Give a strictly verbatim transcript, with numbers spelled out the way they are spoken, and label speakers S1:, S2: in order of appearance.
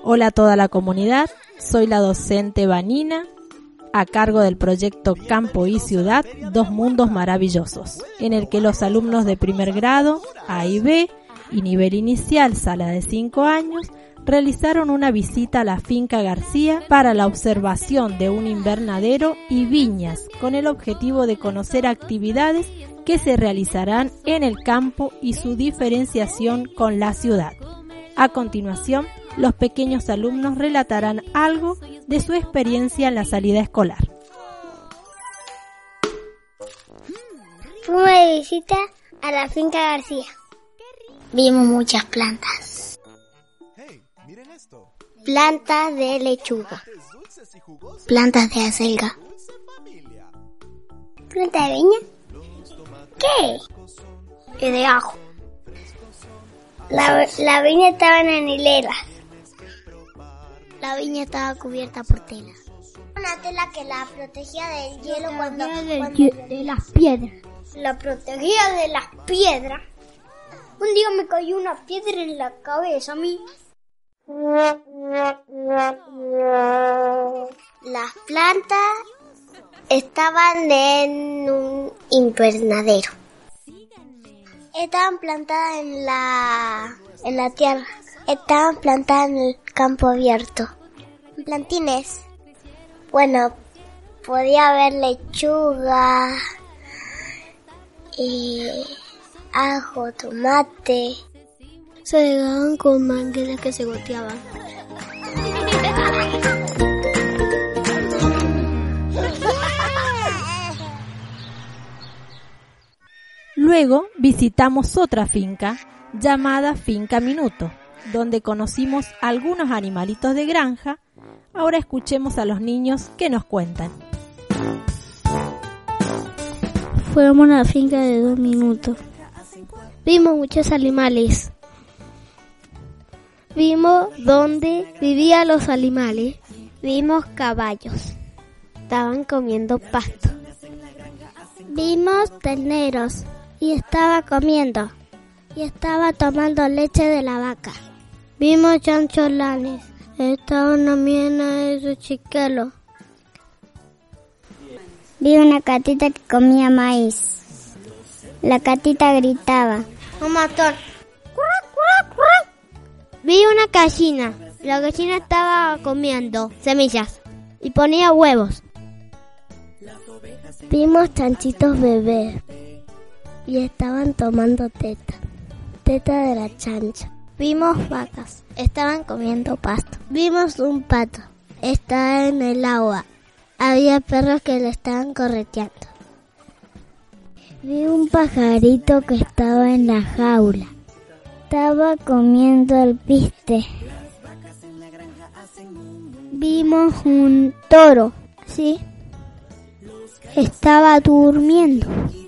S1: Hola a toda la comunidad, soy la docente Vanina, a cargo del proyecto Campo y Ciudad, Dos Mundos Maravillosos, en el que los alumnos de primer grado, A y B, y nivel inicial, sala de cinco años, realizaron una visita a la finca García para la observación de un invernadero y viñas, con el objetivo de conocer actividades que se realizarán en el campo y su diferenciación con la ciudad. A continuación, los pequeños alumnos relatarán algo de su experiencia en la salida escolar.
S2: Fuimos de visita a la finca García. Vimos muchas plantas. Plantas de lechuga. Plantas de acelga. ¿Planta de viña? ¿Qué? Y de ajo. La, la viña estaba en hileras. La viña estaba cubierta por tela. Una tela que la protegía del hielo cuando...
S3: De,
S2: cuando
S3: de las piedras.
S2: La protegía de las piedras. Un día me cayó una piedra en la cabeza a mí. Las plantas estaban en un invernadero. Estaban plantadas en la en la tierra. Estaban plantadas en el campo abierto. Plantines. Bueno, podía haber lechuga, y ajo, tomate.
S3: Se regaban con mangueras que se goteaban.
S1: Luego visitamos otra finca llamada Finca Minuto, donde conocimos algunos animalitos de granja. Ahora escuchemos a los niños que nos cuentan.
S3: Fuimos a la finca de dos minutos. Vimos muchos animales. Vimos dónde vivían los animales.
S2: Vimos caballos.
S3: Estaban comiendo pasto.
S2: Vimos terneros. Y estaba comiendo. Y estaba tomando leche de la vaca.
S3: Vimos chancholanes. Estaban también a esos chiquelos.
S2: Vi una catita que comía maíz. La catita gritaba:
S3: ¡un matón! Vi una gallina. La gallina estaba comiendo semillas y ponía huevos.
S2: Vimos chanchitos bebés y estaban tomando teta, teta de la chancha. Vimos vacas, estaban comiendo pasto. Vimos un pato, estaba en el agua. Había perros que lo estaban correteando. Vi un pajarito que estaba en la jaula. Estaba comiendo el piste. Vimos un toro, ¿sí? Estaba durmiendo.